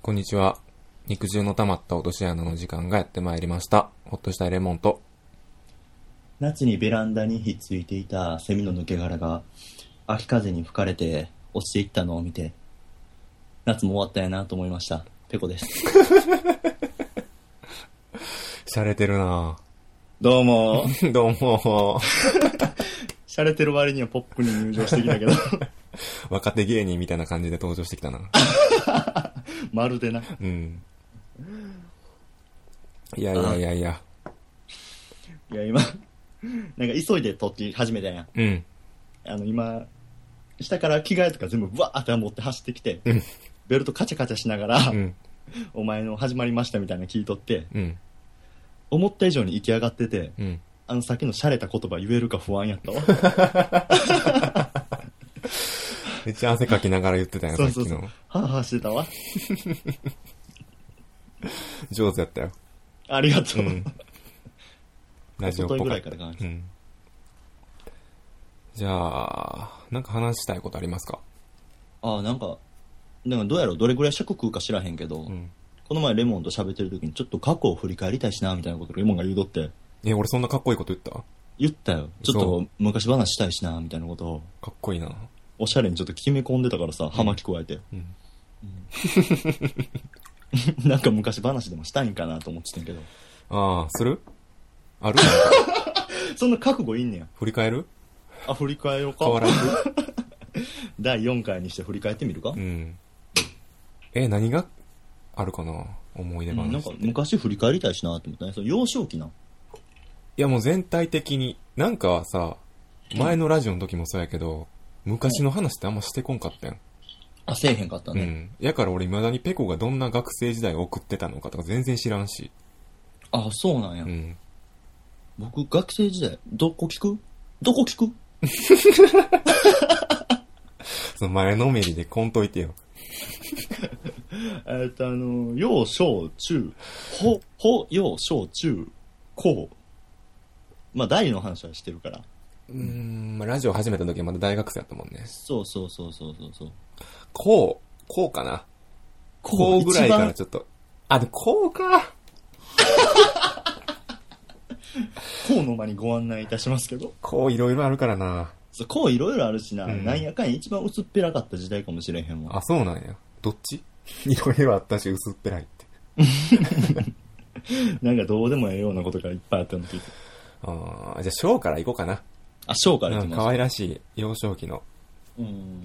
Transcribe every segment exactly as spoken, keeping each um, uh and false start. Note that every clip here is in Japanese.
こんにちは。肉汁の溜まった落とし穴の時間がやってまいりました。ほっとしたいレモンと。 夏にベランダにひっついていたセミの抜け殻が秋風に吹かれて落ちていったのを見て、夏も終わったやなと思いました。ペコです。 洒落てるなどうもどうも洒落てる割にはポップに入場してきたけど若手芸人みたいな感じで登場してきたな。 まるでな。 うん。いやいやいやいや。 いや今なんか急いで撮って始めたやん。 うん。 あの今下から着替えとか全部ブワーって持って走ってきて、 うん、 ベルトカチャカチャしながら、うん、お前の始まりましたみたいな聞いとって、うん、思った以上に行き上がってて、うん、あのさっきの洒落た言葉言えるか不安やったわ。 めっちゃ汗かきながら言ってたよ、さっきの。そうそうそう。 はぁはぁしてたわ。 上手やったよ。 ありがとう。うん、 ラジオっぽかった。 ぐらいからかな、うん。 じゃあ、なんか話したいことありますか？ ああ、なんか、なんかどうやろう、どれぐらい尺食うか知らへんけど、うん、この前レモンと喋ってる時にちょっと過去を振り返りたいしな、みたいなことレモンが言うとって。 え、俺そんなかっこいいこと言った？ 言ったよ。ちょっと昔話したいしな、みたいなことを。 かっこいいな。 おしゃれにちょっと決め込んでたからさ、うん、葉巻加えて。うんうん、なんか昔話でもしたいんかなと思ってたんけど。 ああ、する？ある？ そんな覚悟いんねや。 振り返る？ あ、振り返ろうか。 変わらずだいよんかいにして振り返ってみるか。うん。 え、何があるかな、思い出話、うん、 なんか昔振り返りたいしなと思ったね。その幼少期な。 いやもう全体的に、なんかさ、前のラジオの時もそうやけど、昔の話ってあんましてこんかったやん。 あ、せえへんかったね。 うん。やから俺未だにペコがどんな学生時代を送ってたのかとか全然知らんし。 あ、そうなんや。うん。僕学生時代、どこ聞く？どこ聞く？ その前のめりでこんといてよ。 えっとあの、幼小中、ほ、ほ、幼小中、高。まあ大の話はしてるから。 うーん、まあ、ラジオ始めた時はまだ大学生やったもんね。 そうそうそうそうそうそう。 こう、こうかな。こうぐらいからちょっと。あ、で、こうか。 こうの間にご案内いたしますけど。 こういろいろあるからな。 そう、こういろいろあるしな、うん。なんやかんや一番薄っぺらかった時代かもしれへんわ。 あ、そうなんや。どっち？いろいろあったし薄っぺらいって。 なんかどうでもええようなことがいっぱいあったの聞いて。 ああ、じゃあ小から行こうかな。 あ、小から行きます。 可愛らしい幼少期の。 うん。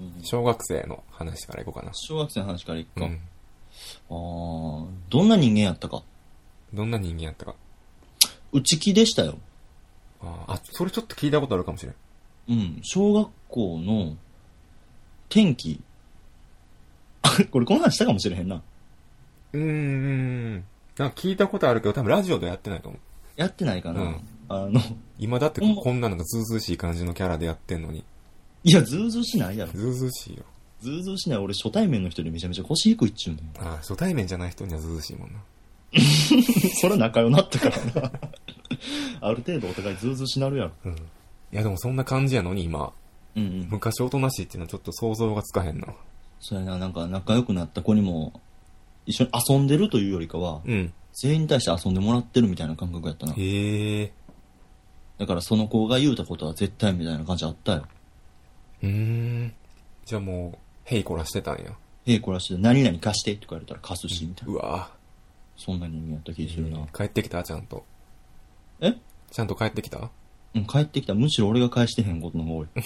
小学生の話から行こうかな。 小学生の話から行くか。うん、ああ、どんな人間やったか。 どんな人間やったか。 内気でしたよ。 ああ、それちょっと聞いたことあるかもしれん。 うん、小学校の天気。これこの話したかもしれへんな。 うーん。なんか聞いたことあるけど、多分ラジオでやってないと思う。 やってないかな。うん、あの今だってこんなのがズうずうしい感じのキャラでやってんのに。 いや、ズうずうしないやろ。 ズうずうしいよ。 ズうずうしない。俺初対面の人にめちゃめちゃ腰低いっちゅうねん。 ああ、初対面じゃない人にはズうずうしいもんな。 それ仲良なったからな。ある程度お互いズうずうしなるやろ。うん。いやでもそんな感じやのに今。うんうん。昔おとなしいっていうのはちょっと想像がつかへんな。 そうやな、なんか仲良くなった子にも一緒に遊んでるというよりかは、うん。全員に対して遊んでもらってるみたいな感覚やったな。へえ。だからその子が言うたことは絶対みたいな感じあったよ。 うーん。じゃあもう、ヘイコラしてたんや。 ヘイコラして、何々貸してって言われたら貸すし、みたいな。 うわぁ。 そんな人間やった気がするな。 帰ってきたちゃんと。 えちゃんと帰ってきた？ うん、帰ってきた。むしろ俺が返してへんことの方が多い。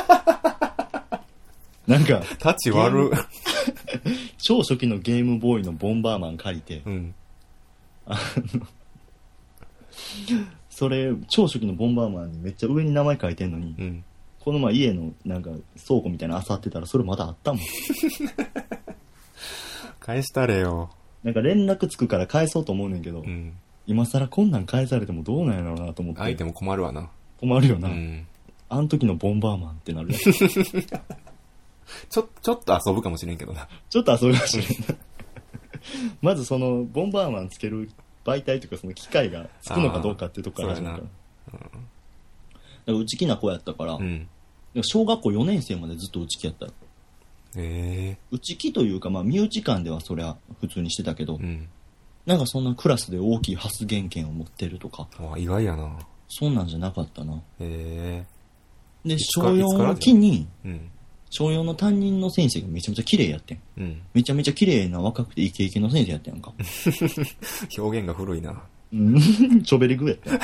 なんか、 タチ悪。 超初期のゲームボーイのボンバーマン借りて、うん。あの、それ、超初期のボンバーマンにめっちゃ上に名前書いてんのに、うん、この前家のなんか倉庫みたいなの漁ってたらそれまだあったもん。 返したれよ。 なんか連絡つくから返そうと思うねんけど、うん、今更こんなん返されてもどうなんやろうなと思って。 相手も困るわな。 困るよな。うん、あの時のボンバーマンってなるやつ。 ちょ、ちょっと遊ぶかもしれんけどな。 ちょっと遊ぶかもしれんな。まずそのボンバーマンつける媒体というかその機械がつくのかどうかっていうとこから始まるから。うん、だから内気な子やったから、うん、小学校よねん生までずっと内気やった。 ええー。内気というか、まあ、身内間ではそりゃ普通にしてたけど、うん、なんかそんなクラスで大きい発言権を持ってるとか。 あ、意外やな。 そんなんじゃなかったな。へえ。で、小よんの期に、うん、小よんの担任の先生がめちゃめちゃ綺麗やってん。うん、めちゃめちゃ綺麗な若くてイケイケの先生やってんやんか。 表現が古いな。 うん、ちょべりぐやったん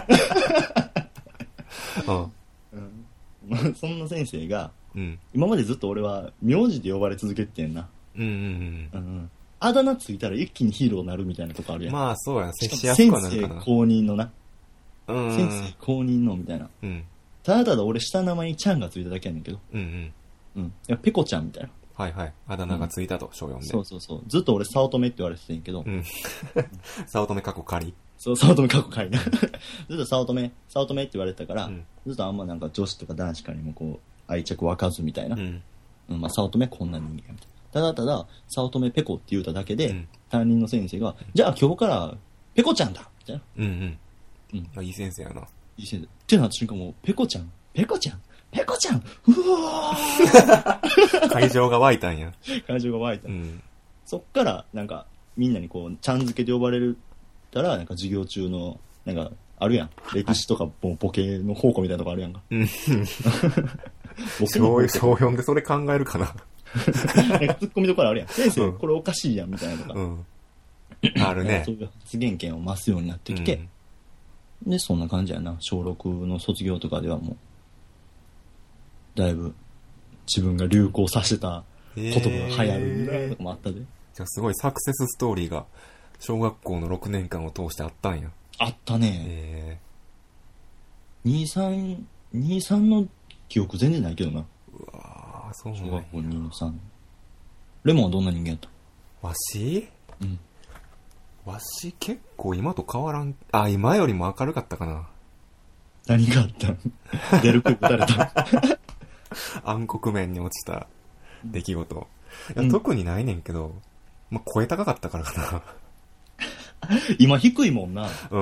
や。うん。まあ、そんな先生が、うん、今までずっと俺は名字で呼ばれ続けてんな。うんうんうん。うん、あだ名ついたら一気にヒーローになるみたいなとこあるやん。 まあそうや、接しやすくはなるかな。 先生公認のな。うん。先生公認のみたいな。うん。ただただ俺下の名前にちゃんがついただけやねんけど。うんうん。うん。いや、ペコちゃんみたいな。 はいはい。あだ名がついたと、小よんで。 そうそうそう。ずっと俺早乙女って言われてたんやけど。うん。 早乙女過去仮。 そう、早乙女過去仮な。ずっと早乙女、早乙女って言われてたから、うん、ずっとあんまなんか女子とか男子かにもこう、愛着湧かずみたいな。うん。うん、まあ、早乙女こんな人間みたいな。ただただ、早乙女ペコって言うただけで、うん、担任の先生が、じゃあ今日からペコちゃんだみたいな。うんうん。 うん。あ、いい先生やな。 いい先生。ってなった瞬間もう、ペコちゃんペコちゃんペコちゃんうわー会場が湧いたんや。 会場が湧いた。うん。そっから、なんか、みんなにこう、ちゃん付けで呼ばれるたら、なんか授業中の、なんか、あるやん。歴史とかボケの宝庫みたいなとこあるやんか。うん。 小よんでそれ考えるかな。 なんかツッコミどころあるやん。先生、うん、これおかしいやん、みたいなとか。うん。 あるね。 そういう発言権を増すようになってきて、うん、で、そんな感じやな。小ろくの卒業とかではもう、だいぶ自分が流行させた言葉が流行るんだとかもあったで。 じゃあすごいサクセスストーリーが小学校のろくねんかんを通してあったんや。 あったね。にじゅうさん、にじゅうさんの記憶全然ないけどな。うわぁ、そうなんや。小学校にじゅうさん。レモンはどんな人間やった？ わし？うん。わし結構今と変わらん。あ、今よりも明るかったかな。 何があったん？出る杭打たれた。 暗黒面に落ちた出来事。いや、特にないねんけど、まあ、声高かったからかな。 今低いもんな。 うん。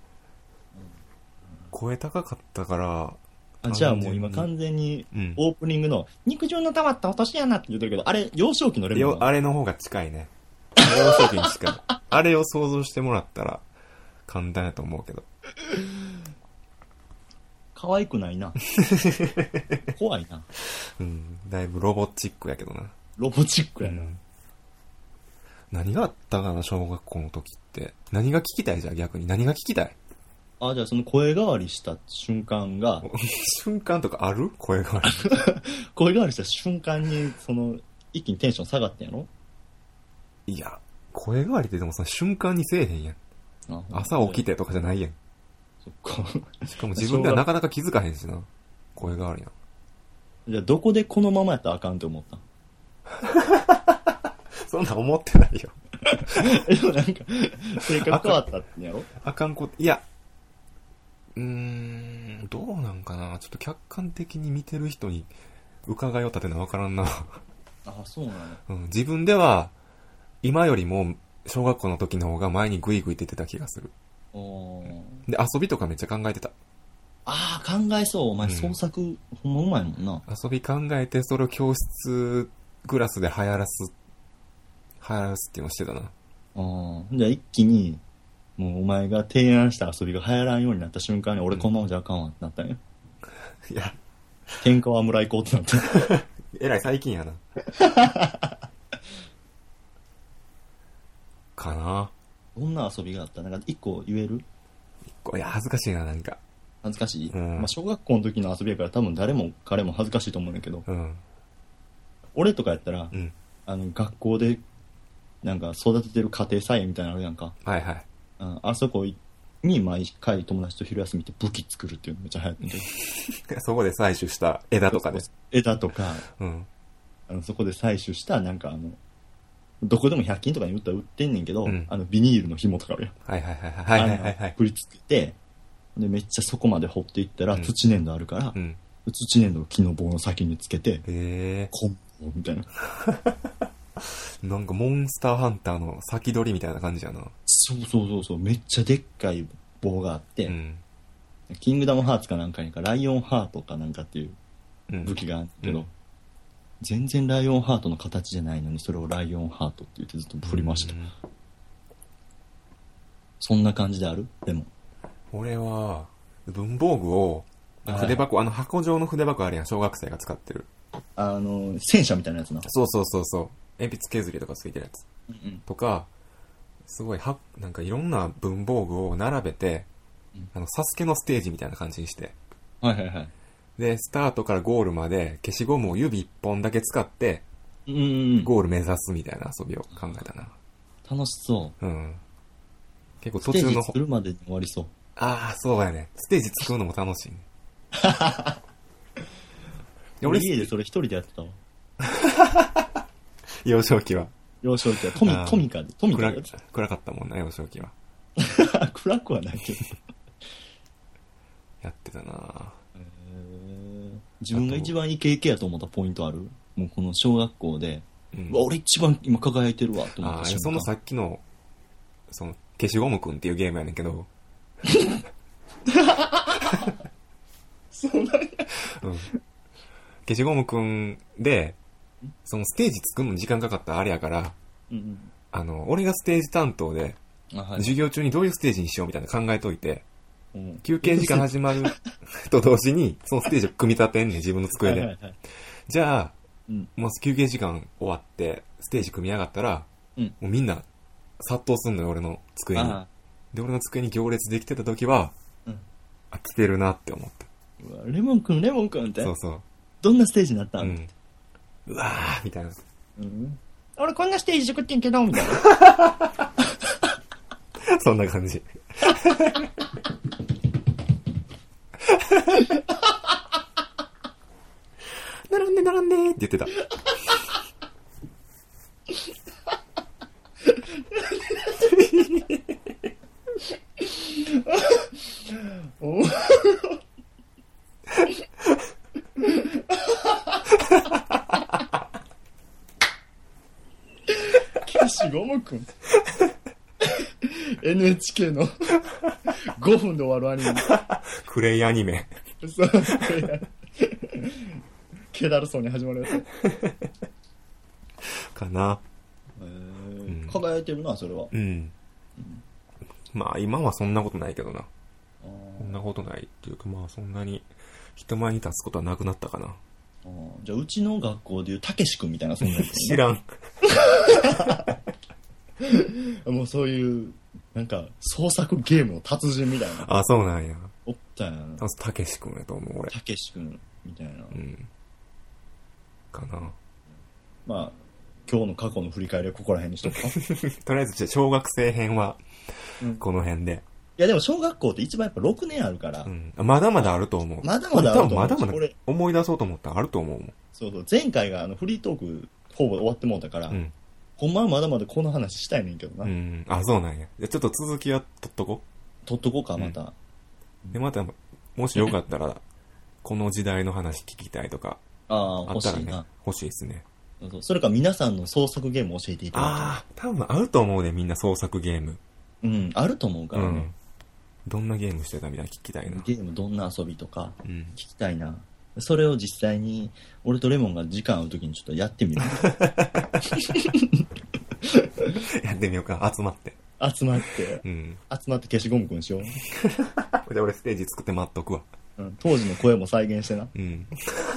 声高かったから、 あ、じゃあもう今完全にオープニングの、うん、肉汁の溜まった落とし穴って言ってるけど、あれ幼少期のレモン。 あれの方が近いね。幼少期に近い。あれを想像してもらったら簡単やと思うけど。 可愛くないな。怖いな。 うん、だいぶロボチックやけどな。 ロボチックやな。うん、 何があったかな、小学校の時って。何が聞きたいじゃん、逆に。何が聞きたい？ あ、じゃあその声変わりした瞬間が。 瞬間とかある？声変わり。 声変わりした瞬間に、その、一気にテンション下がってんやろ？ いや、声変わりってでもその瞬間にせえへんやん。朝起きてとかじゃないやん。そっか。しかも自分ではなかなか気づかへんしな。声変わりやん。 じゃあどこでこのままやったらあかんって思ったん？ そんな思ってないよ。 でもなんか、性格変わったってやろ？ あかんこと、いや、うーん、どうなんかな。ちょっと客観的に見てる人に伺いを立てなわからんな。 あ、そうなの、 うん、自分では、今よりも小学校の時の方が前にグイグイ出てた気がする。おで、遊びとかめっちゃ考えてた。 ああ、考えそう。お前、創作、うん、ほんまうまいもんな。 遊び考えて、それを教室クラスで流行らす、流行らすっていうのをしてたな。ああ。じゃあ一気に、もうお前が提案した遊びが流行らんようになった瞬間に、俺こんなもんじゃあかんわってなったんよ。いや。喧嘩は村行こうってなった。 えらい最近やな。かな。 どんな遊びがあった？なんか一個言える？ 一個、いや、恥ずかしいな、なんか。 恥ずかしい、うん、まあ、小学校の時の遊びやから多分誰も彼も恥ずかしいと思うんだけど、うん、俺とかやったら、うん、あの学校でなんか育ててる家庭菜園みたいなのあるやんか、はいはい、うん、あそこに毎回友達と昼休みって武器作るっていうのめっちゃ流行ってんけどそこで採取した枝とかで枝とか、うん、あのそこで採取したなんかあのどこでもひゃく均とかに売ったら売ってんねんけど、うん、あのビニールの紐とかあるやん、はいはいはいはいはいはいはい、振り付けてでめっちゃそこまで掘っていったら、うん、土粘土あるから、うん、土粘土を木の棒の先につけて、へー、コンボみたいな。 なんかモンスターハンターの先取りみたいな感じやな。 そうそうそうそう、めっちゃでっかい棒があって、うん、キングダムハーツかなんかにかライオンハートかなんかっていう武器があるけど、うんうん、 全然ライオンハートの形じゃないのにそれをライオンハートって言ってずっと振りました。そんな感じである？でも俺は文房具を筆箱、はい、あの箱状の筆箱あるやん、小学生が使ってる、 あの戦車みたいなやつな。 そうそうそうそう、鉛筆削りとかついてるやつ、うんうん、とかすごいはなんかいろんな文房具を並べて、うん、あのサスケのステージみたいな感じにして、 はいはいはい、 でスタートからゴールまで消しゴムを指一本だけ使って、うんうん、ゴール目指すみたいな遊びを考えたな。 楽しそう。 うん。結構途中の。ステージ作るまでに終わりそう。 ああ、そうやね。ステージ作るのも楽しいね。 俺家でそれ一人でやってたわ。 幼少期は。 幼少期は。トミ、トミカで。トミカで。 暗, 暗かったもんな、幼少期は。 暗くはないけど。 やってたな。 自分が一番イケイケやと思ったポイントある？もうこの小学校で、うん、うわ俺一番今輝いてるわと思った瞬間。 あ、そのさっきのその消しゴムくんっていうゲームやねんけどそうなんや、 うん、消しゴムくんでそのステージ作るのに時間かかったあれやから、うんうん、あの俺がステージ担当で、はい、授業中にどういうステージにしようみたいな考えといて、うん、休憩時間始まると同時にそのステージを組み立てんねん、自分の机で。はいはいはい、じゃあ、うん、もう休憩時間終わってステージ組み上がったら、うん、もうみんな殺到すんのよ、俺の机に。で、俺の机に行列できてた時は、うん、あ、来てるなって思った。 うわ、レモンくん、レモンくんって。 そうそう。 どんなステージになったん、うん、 うわーみたいな。 うん、俺こんなステージ作ってんけど、みたいな。 そんな感じ。並んで並んでって言ってた。 お消しゴムくんエヌエイチケー のごふんで終わるアニメ。 クレイアニメ。そう、クレイアニメ。 気だるそうに始まるやつ。かな。 へー、うん、輝いてるな、それは。 うん。うん、まあ、今はそんなことないけどな。そんなことないっていうか、まあ、そんなに人前に立つことはなくなったかな。 あ、じゃあ、うちの学校でいうたけし君みたいな、そんな知らん。 もうそういうなんか創作ゲームの達人みたいな。 あ、そうなんや。 おったやん。 たけし君やと思う俺。 たけし君みたいな。うん。 かな。 まあ今日の過去の振り返りはここら辺にしとくか。 とりあえず小学生編はこの辺で。うん、 いやでも小学校って一番やっぱろくねんあるから。 うん、まだまだあると思う。 まだまだあると思う。 まだまだ思い出そうと思ったらあると思うもん。 そうそう。前回があのフリートークほぼ終わってもうたから。うん、ほんまはまだまだこの話したいねんけどな。 うん。あ、そうなんや。じゃちょっと続きは取っとこう。取っとこうか、また。 うん、で、また、もしよかったら、この時代の話聞きたいとか。 ああ、欲しいな。 欲しいですね。 そうそう。それか皆さんの創作ゲーム教えていただきたい。ああ、 多分あると思うね、みんな創作ゲーム。 うん、あると思うからね。うん、 どんなゲームしてたみたいな聞きたいな。 ゲームどんな遊びとか、聞きたいな。うん、それを実際に、俺とレモンが時間合うときにちょっとやってみる。 やってみようか、集まって。 集まって。うん。集まって消しゴムくんしよう。 じゃあ俺ステージ作って待っとくわ。 うん。当時の声も再現してな。うん。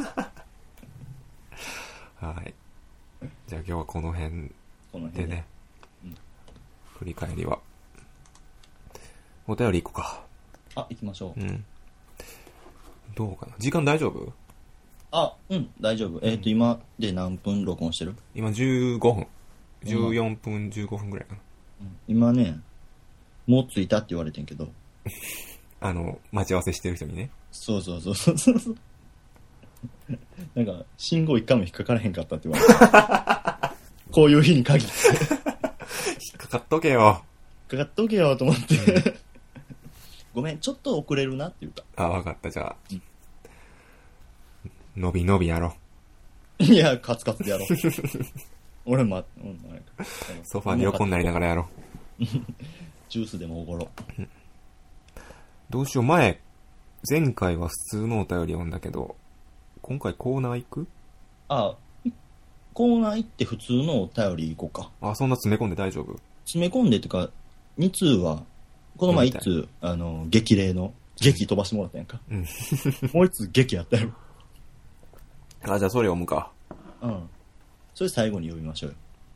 はい。じゃあ今日はこの辺でね。この辺でね。うん。振り返りは。お便り行こうか。 あ、行きましょう。うん。 どうかな。時間大丈夫？ あ、うん、大丈夫。えっと、今で何分録音してる？ 今じゅうごふん。じゅうよんぷん、じゅうごふんぐらいかな。 今ね、もう着いたって言われてんけど。 あの、待ち合わせしてる人にね。 そうそうそうそうそう。なんか、信号一回も引っかからへんかったって言われて。こういう日に限って。 引っかかっとけよ。 引っかかっとけよと思って。ごめん、ちょっと遅れるなっていうか。 あ、わかった、じゃあ。うん、のびのびやろう。いや、カツカツでやろう。俺も、うん、 ソファーで横になりながらやろう。 ジュースでもおごろ。 どうしよう、前、前回は普通のお便り読んだけど、今回コーナー行く？ ああ、行コーナー行って普通のお便り行こうか。 あ、そんな詰め込んで大丈夫？ 詰め込んでっていうか、に通は、この前いっ通、あの、激励の、激飛ばしてもらったやんか。うん。もういっ通激やったやろ。 あ、じゃあそれ読むか。 うん。それ最後に読みましょうよ。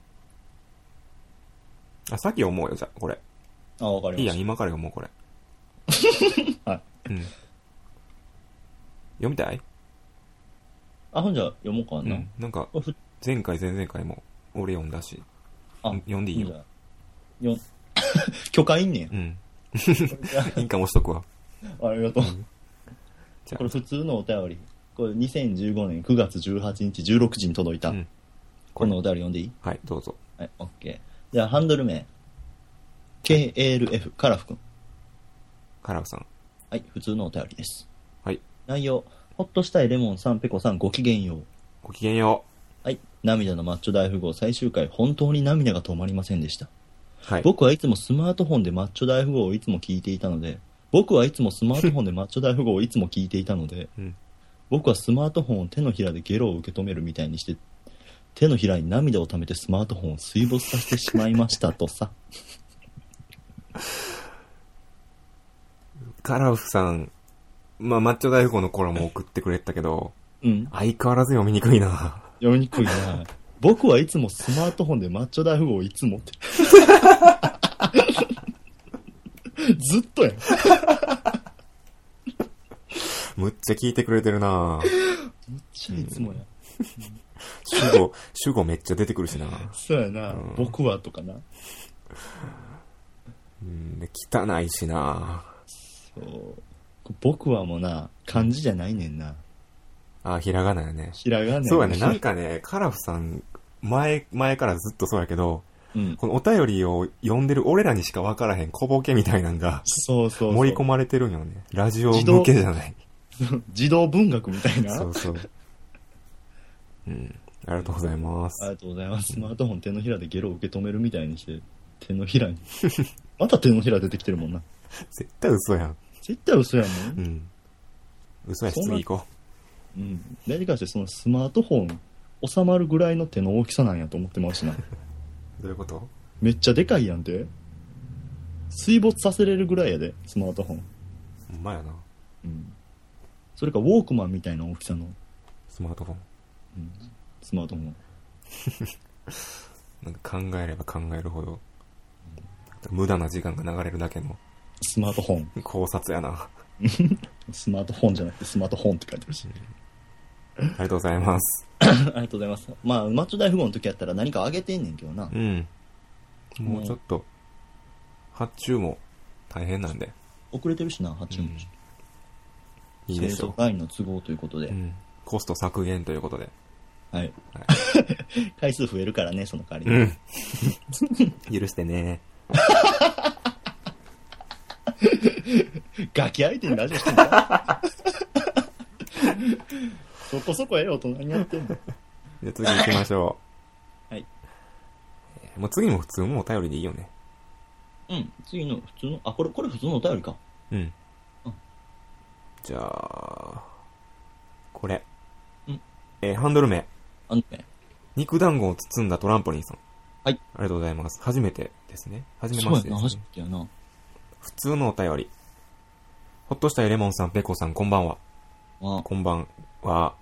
あ、さっき読もうよ、じゃあ、これ。 あ、わかりました。 いいやん、今から読もう、これ。 はい。 うん。読みたい？ あ、ほんじゃ読もうかな。 うん、なんか、前回、前々回も俺読んだし。あ、読んでいいよ。 よ許可いんねん。うん。 印鑑押しとくわ。 ありがとう。うん、じゃあこれ普通のお便り。これにせんじゅうごねんくがつじゅうはちにちじゅうろくじに届いた。うん、このお便り読んでいい？ はい、どうぞ。 はい、オッケー。じゃあハンドル名。ケーエルエフ、カラフくん。 カラフさん。 はい、普通のお便りです。 はい。 内容。ほっとしたいレモンさん、ペコさん、ごきげんよう。 ごきげんよう。はい。涙のマッチョ大富豪最終回、本当に涙が止まりませんでした。 はい。 僕はいつもスマートフォンでマッチョ大富豪をいつも聞いていたので、僕はいつもスマートフォンでマッチョ大富豪をいつも聞いていたので、うん、僕はスマートフォンを手のひらでゲロを受け止めるみたいにして、手のひらに涙を溜めてスマートフォンを水没させてしまいましたとさ。 カラフさん、まあ、マッチョ大富豪の頃も送ってくれたけど、 うん。 相変わらず読みにくいな。 読みにくいな。僕はいつもスマートフォンでマッチョ大富豪をいつもって。ずっとやん。 むっちゃ聞いてくれてるな。 むっちゃいつもや。 主語、主語めっちゃ出てくるしな。 そうやな。うん、僕はとかな。 うん、で汚いしな。 そう。僕はもうな、漢字じゃないねんな。 あ、ひらがなやね。 ひらがな。 そうやね。なんかね、カラフさん、前、前からずっとそうやけど、うん、このお便りを読んでる俺らにしか分からへん小ボケみたいなんが、 そうそうそう。 盛り込まれてるんよね。ラジオ向けじゃない。 児童文学みたいな。 そうそう。うん。ありがとうございます。 ありがとうございます。スマートフォン手のひらでゲロを受け止めるみたいにして、手のひらに。また手のひら出てきてるもんな。 絶対嘘やん。 絶対嘘やもん。 うん。嘘やし、次行こう。うん。何かしてそのスマートフォン収まるぐらいの手の大きさなんやと思ってますしな。 どういうこと？ めっちゃでかいやんて。水没させれるぐらいやで、スマートフォン。 ほんまやな。 うん。それかウォークマンみたいな大きさの。 スマートフォン。 うん。スマートフォン。 なんか考えれば考えるほど、うん、無駄な時間が流れるだけの。 スマートフォン。 考察やな。 スマートフォンじゃなくてスマートフォンって書いてるし。 うん、ありがとうございます。 ありがとうございます。まあ、マッチョ大富豪の時やったら何かあげてんねんけどな。 うん。もうちょっと、発注も大変なんで。 遅れてるしな、発注も。 うん、いいでしょう。 製造ラインの都合ということで、うん。 コスト削減ということで。 はい。はい、回数増えるからね、その代わりに。 うん。許してね。 ガキ相手にラジオしてんだ。そこそこええ大人にやってんの。 じゃあ次行きましょう。はい。 もう次も普通のお便りでいいよね。 うん。次の普通の、あ、これ、これ普通のお便りか。 うん。うん、じゃあ、これ。うん。えー、ハンドル名。 ハンドル名。 肉団子を包んだトランポリンさん。 はい。 ありがとうございます。初めてですね。初めましてですね。 そうやな、初めてやな。 普通のお便り。ほっとしたいレモンさん、ペコさん、こんばんは。 あこんばんは。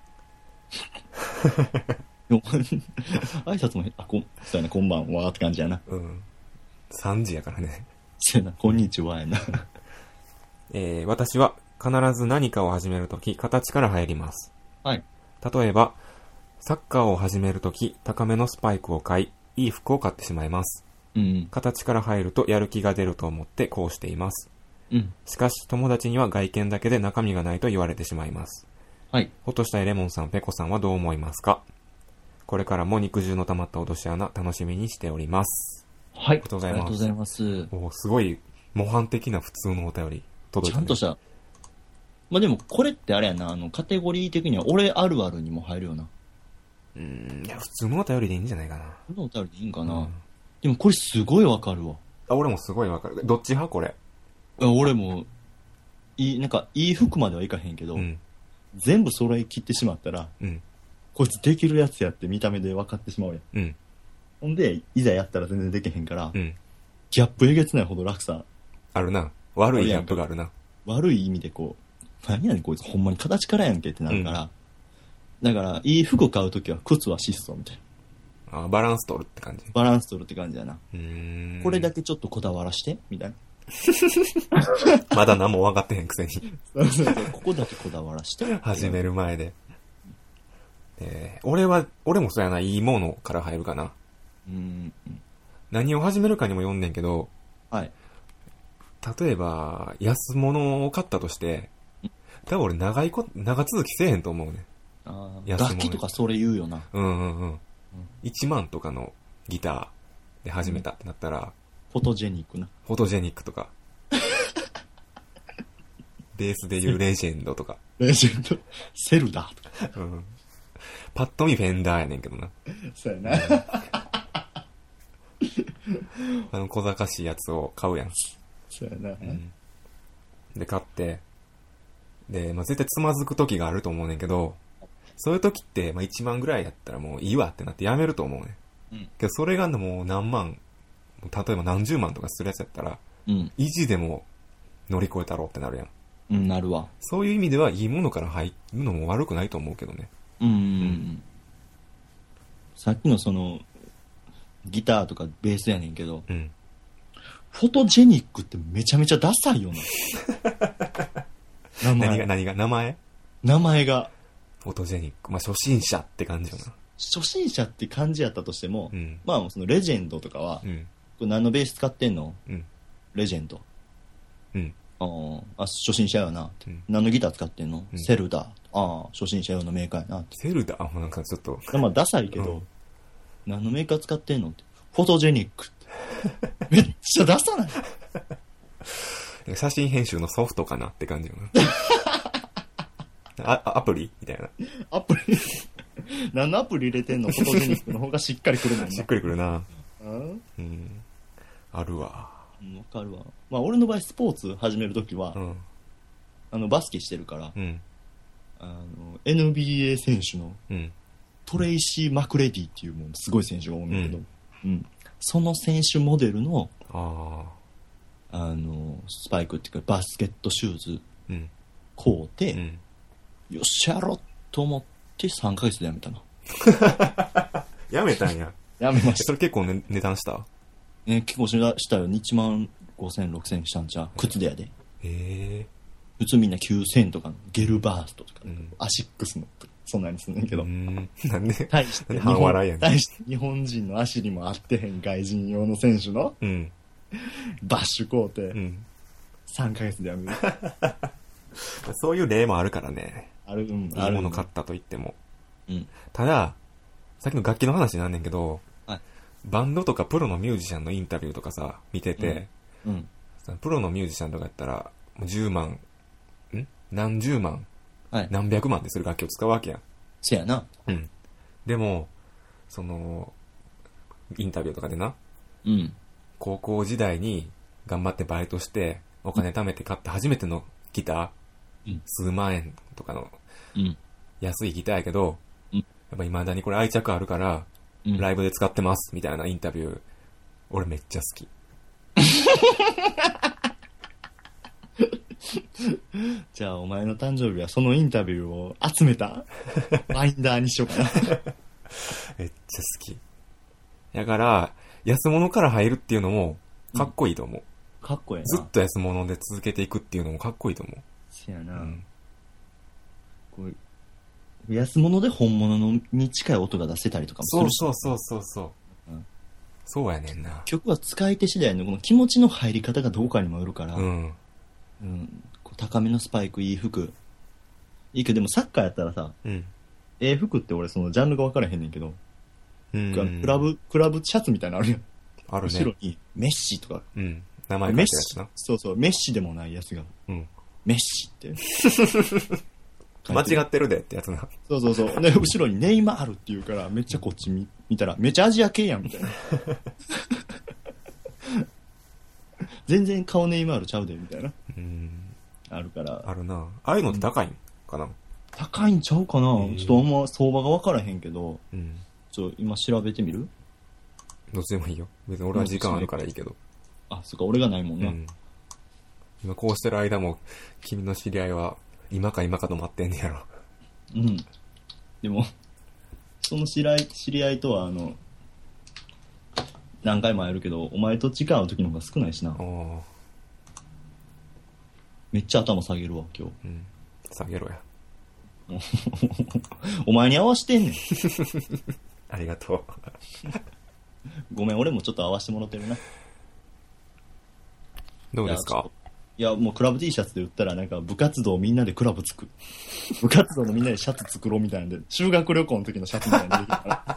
挨拶も、あ、こ、そうやな、こんばんはって感じやな。 うん。さんじやからね。 そうやな、こんにちはやな。 えー、私は必ず何かを始めるとき、形から入ります。 はい。 例えば、サッカーを始めるとき、高めのスパイクを買い、いい服を買ってしまいます。 うん。 形から入るとやる気が出ると思ってこうしています。 うん。 しかし、友達には外見だけで中身がないと言われてしまいます。 はい。 ほっとしたいレモンさん、ペコさんはどう思いますか？これからも肉汁の溜まった落とし穴、楽しみにしております。 はい。ありがとうございます。 ありがとうございます。 おすごい、模範的な普通のお便り届いた、ね。 ちゃんとした。まあ、でも、これってあれやな、あの、カテゴリー的には俺あるあるにも入るよな。 うーん、いや、普通のお便りでいいんじゃないかな。 普通のお便りでいいんかな。うん、でも、これすごいわかるわ。 あ、俺もすごいわかる。どっち派これ。 俺も、いい、なんか、いい服まではいかへんけど、うん、全部揃え切ってしまったら、 うん、 こいつできるやつやって見た目で分かってしまうやん。うん。ほんで、いざやったら全然できへんから、うん、ギャップえげつないほど落差。 あるな。悪いギャップがあるな。 悪い意味でこう、何やねんこいつほんまに形からやんけってなるから、うん、だから、いい服買うときは靴は質素みたいな。あ、バランス取るって感じ。 バランス取るって感じやな。うーん。これだけちょっとこだわらしてみたいな。 まだ何も分かってへんくせに。 そうそうそう。ここだけこだわらして。 始める前で。えー、俺は、俺もそうやな、いいものから入るかな。うん。何を始めるかにも読んでんけど、はい。例えば、安物を買ったとして、多分俺長いこ、長続きせえへんと思うね。 ああ、楽器とかそれ言うよな。 うんうんうん。いちまんとかのギターで始めたってなったら、 フォトジェニックな。 フォトジェニックとか。ベースで言うレジェンドとか。 レジェンド。セルダーとか。 うん。パッと見フェンダーやねんけどな。 そうやな。 あの小賢しいやつを買うやん。 そうやな。うん、 で、買って、で、まあ、絶対つまずく時があると思うねんけど、そういう時って、まあ、いちまんぐらいやったらもういいわってなってやめると思うねん。うん、けど、それがもう何万、例えば何十万とかするやつやったら、うん、維持でも乗り越えたろうってなるやん。 うん、なるわ。 そういう意味ではいいものから入るのも悪くないと思うけどね。 うんうんうん。さっきのその、ギターとかベースやねんけど、うん、フォトジェニックってめちゃめちゃダサいよな。 名前何が何が名前名前が。 フォトジェニック。まあ初心者って感じよな。 初心者って感じやったとしても、うん、まあそのレジェンドとかは、うん、これ何のベース使ってんの、うん、レジェンド。うん。ああ、初心者やな、うん。何のギター使ってんの、うん、セルダー。ああ、初心者用のメーカーやな。 セルダーなんかちょっと。 まあダサいけど、うん、何のメーカー使ってんのって。フォトジェニックって。めっちゃダサない写真編集のソフトかなって感じよな。あ、アプリみたいな。 アプリ何のアプリ入れてんの？フォトジェニックの方がしっかりくるもんな。 しっくりくるな。うん。あるわ。 わかるわ。まあ俺の場合スポーツ始めるときは、うん、あのバスケしてるから、うん、あの エヌビーエー 選手の、うん、トレイシー・マクレディっていうもうすごい選手が多いんだけど、うんうん、その選手モデルのああのスパイクっていうかバスケットシューズ買うて、うん、よっしゃろと思ってさんかげつでやめたな。 やめたんや。 やめました。 それ結構、ね、値段した、 ね、結構したよ。いちまんごせんろくせんしたんちゃう。靴でやで。へえ。普通みんなきゅうせんとかのゲルバーストとか、うん、アシックスのそんなにすんねんけど。うん。なんで対して日本、対して日本人の足にも合ってへん外人用の選手の、うん、バッシュコーテ、うん、さんかげつでやめる。 そういう例もあるからね。 ある、うん、 いいもの買ったと言っても。うん。ただ、さっきの楽器の話なんねんけど、はい、バンドとかプロのミュージシャンのインタビューとかさ、見てて、うんうん、プロのミュージシャンとかやったら、じゅうまん、ん何十万、はい、何百万でする楽器を使うわけやん。 せやな。 うん。でも、その、インタビューとかでな、うん。高校時代に頑張ってバイトして、お金貯めて買った初めてのギター、うん、数万円とかの、うん、安いギターやけど、うん、やっぱ未だにこれ愛着あるから、うん、ライブで使ってます、みたいなインタビュー、俺めっちゃ好き。 じゃあお前の誕生日はそのインタビューを集めたバインダーにしようかな。 めっちゃ好き。だから、安物から入るっていうのもかっこいいと思う。 うん、かっこいいな。 ずっと安物で続けていくっていうのもかっこいいと思う。 せやな、うん、こう安物で本物のに近い音が出せたりとかもするし。 そうそうそうそうそう、うん、そうやねんな。 曲は使い手次第のこの気持ちの入り方がどうかにもよるから、うんうん、こう高めのスパイクいい服いいけど、でもサッカーやったらさ、うん、ええ服って俺そのジャンルが分からへんねんけど、うん、クラブクラブシャツみたいなのあるやん。 あるね。 後ろにメッシとか、 うん、名前書いてるやつな。 そうそう、メッシでもないやつが、うん、メッシって間違ってるでってやつな。 そうそうそう。で後ろにネイマールって言うから、めっちゃこっち 見, 見たらめっちゃアジア系やんみたいな。全然顔ネイマールちゃうでみたいな。うん。あるから。 あるな。ああいうのって高いんかな。 高いんちゃうかな、えー、ちょっとあんま相場が分からへんけど、うん、ちょ今調べてみる？ どっちでもいいよ。別に俺は時間あるからいいけど。 あ、そっか、俺がないもんな。うん、 今こうしてる間も、君の知り合いは、今か今かと待ってんねやろ。 うん。でも、その知り合い、知り合いとは、あの、何回も会えるけど、お前と時間会う時の方が少ないしな。めっちゃ頭下げるわ、今日。うん。 下げろや。 お前に合わしてんねん。 ありがとう。 ごめん、俺もちょっと合わせてもらってるな。 どうですか？ いや、もうクラブ T シャツで売ったらなんか部活動みんなでクラブ作る。部活動のみんなでシャツ作ろうみたいなんで、修学旅行の時のシャツみたいなのできるから。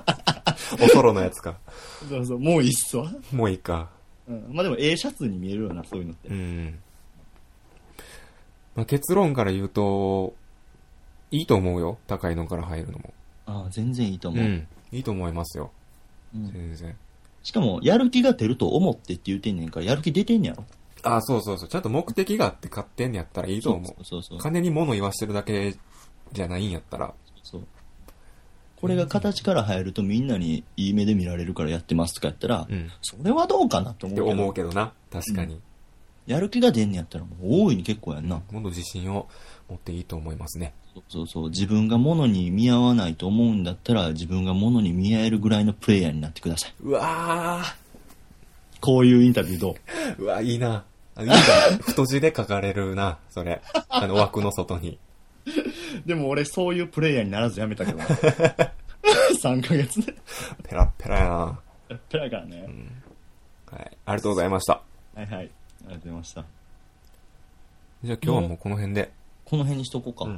おそろのやつか。 そうそう、もういいっすわ。 もういいか。 うん。まあでも、ええシャツに見えるよな、そういうのって。うん。 まあ、結論から言うと、いいと思うよ。高いのから入るのも。 ああ、全然いいと思う。うん。 いいと思いますよ。うん、全然。 しかも、やる気が出ると思ってって言うてんねんから、やる気出てんねやろ。 ああ、そうそうそう。ちゃんと目的があって買ってんねやったらいいと思う。そうそうそう。金に物言わしてるだけじゃないんやったら。そう。 これが形から入るとみんなにいい目で見られるからやってますとかやったら、うん、それはどうかなって思うけど。 って思うけどな。確かに。うん、 やる気が出んねやったらもう大いに結構やんな。 もっと自信を持っていいと思いますね。 そうそうそう。自分が物に見合わないと思うんだったら、自分が物に見合えるぐらいのプレイヤーになってください。 うわー。こういうインタビューどう？うわ、いいな。いいんだ。太字で書かれるな、それ。あの枠の外に。 でも俺そういうプレイヤーにならずやめたけどな。さんかげつで。 ペラッペラやな。 ペラッペラからね、うん。 はい。ありがとうございました。 はいはい。ありがとうございました。 じゃあ今日はもうこの辺で。 この辺にしとこうか。うん、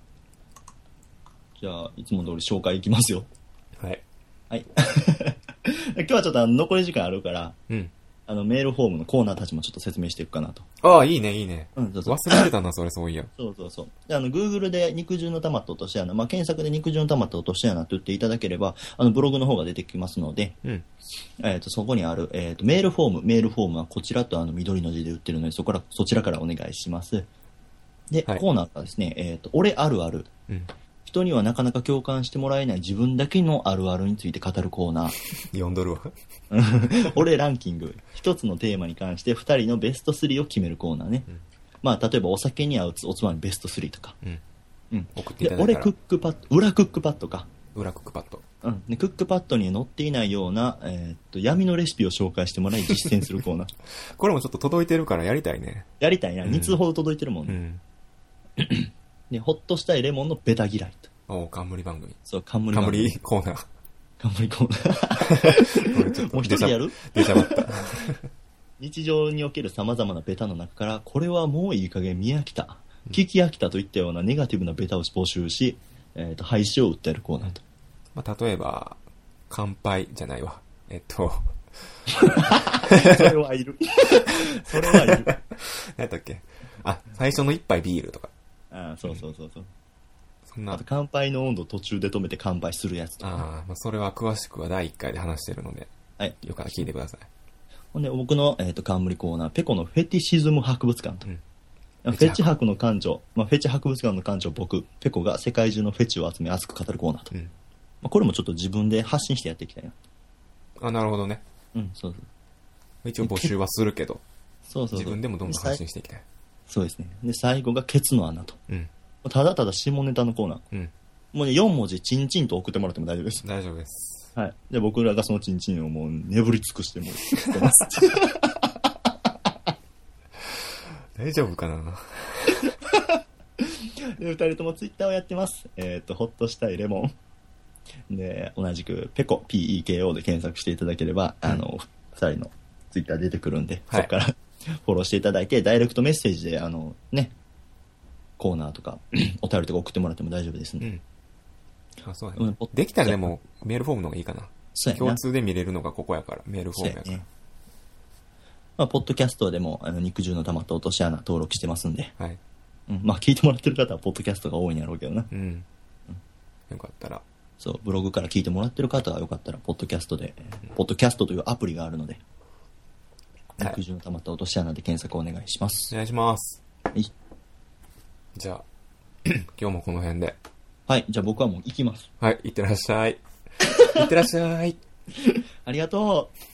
じゃあ、いつも通り紹介いきますよ。 はい。 はい。今日はちょっと残り時間あるから、うん。あの、メールフォームのコーナーたちもちょっと説明していくかなと。 ああ、いいね、いいね。うん、そうそう。忘れてたな、それ、そういや。 そうそうそう。で、あの、Google で肉汁のトマト落とし穴、まあ、検索で肉汁のトマト落とし穴と言っていただければ、あの、ブログの方が出てきますので、うん。えっ、ー、と、そこにある、えっ、ー、と、メールフォーム、メールフォームはこちらとあの、緑の字で売ってるので、そこから、そちらからお願いします。で、はい、コーナーがですね、えっ、ー、と、俺あるある。うん。人にはなかなか共感してもらえない自分だけのあるあるについて語るコーナー。 読んどるわ。 俺ランキング。一つのテーマに関して二人のベストスリーを決めるコーナーね。うん、まあ、例えばお酒に合うおつまみベストスリーとか。うん。うん。送っていただいたら。で、俺クックパッド、裏クックパッドか。 裏クックパッド。 うん。で、クックパッドに載っていないような、えー、っと、闇のレシピを紹介してもらい実践するコーナー。 これもちょっと届いてるからやりたいね。 やりたいな。に通ほど届いてるもんね。うんで、ほっとしたいレモンのベタ嫌いと。 おー、冠番組。 そう、冠番組。 冠コーナー。 冠コーナー。もう一人やる？ 出しゃばった。 日常における様々なベタの中から、これはもういい加減見飽きた、うん、聞き飽きたといったようなネガティブなベタを募集し、えっ、ー、と、廃止を訴えるコーナーと。 まあ、例えば、乾杯じゃないわ。えっと。 それはいる。それはいる。 何だっけ？あ、最初の一杯ビールとか。 ああ、そうそうそうそう。 そんな。 あと乾杯の温度途中で止めて乾杯するやつとか。 ああ、まあ、それは詳しくはだいいっかいで話してるので、はい。よかったら聞いてください。 ほんで、僕の、えっ、ー、と、冠コーナー、ペコのフェティシズム博物館と。うん、フェチ博の館長、まあ、フェチ博物館の館長僕、ペコが世界中のフェチを集め熱く語るコーナーと。うんまあ、これもちょっと自分で発信してやっていきたいな。 あ、なるほどね。 うん、そうそう。 一応募集はするけど、 そうそうそう。 自分でもどんどん発信していきたい。 そうですね。で、最後がケツの穴と。うん。ただただ下ネタのコーナー。うん。もうね、よん文字チンチンと送ってもらっても大丈夫です。 大丈夫です。 はい。で、僕らがそのチンチンをもう眠り尽くしてもらってます。 大丈夫かなで、二人ともツイッターをやってます。えっ、ー、と、ほっとしたいレモン。で、同じく、ペコ、ピーイーケーオー で検索していただければ、うん、あの、二人のツイッター出てくるんで、はい、そこからフォローしていただいて、ダイレクトメッセージで、あの、ね、コーナーとか、お便りとか送ってもらっても大丈夫ですんで。うん。 あ、そうだね。うん、できたらでも、メールフォームの方がいいかな。そうやな。共通で見れるのがここやから、メールフォームやから。ね、まあ、ポッドキャストでも、あの、肉汁の玉と落とし穴登録してますんで。はい。うん。まあ、聞いてもらってる方は、ポッドキャストが多いんやろうけどな。うん。うん、 よかったら。 そう、ブログから聞いてもらってる方はよかったら、ポッドキャストで、うん、ポッドキャストというアプリがあるので、肉汁の玉と落とし穴で検索お願いします。 お願いします。 はい。 じゃあ、 今日もこの辺で。 はい、じゃあ僕はもう行きます。 はい、いってらっしゃい。いってらっしゃい。 ありがとう。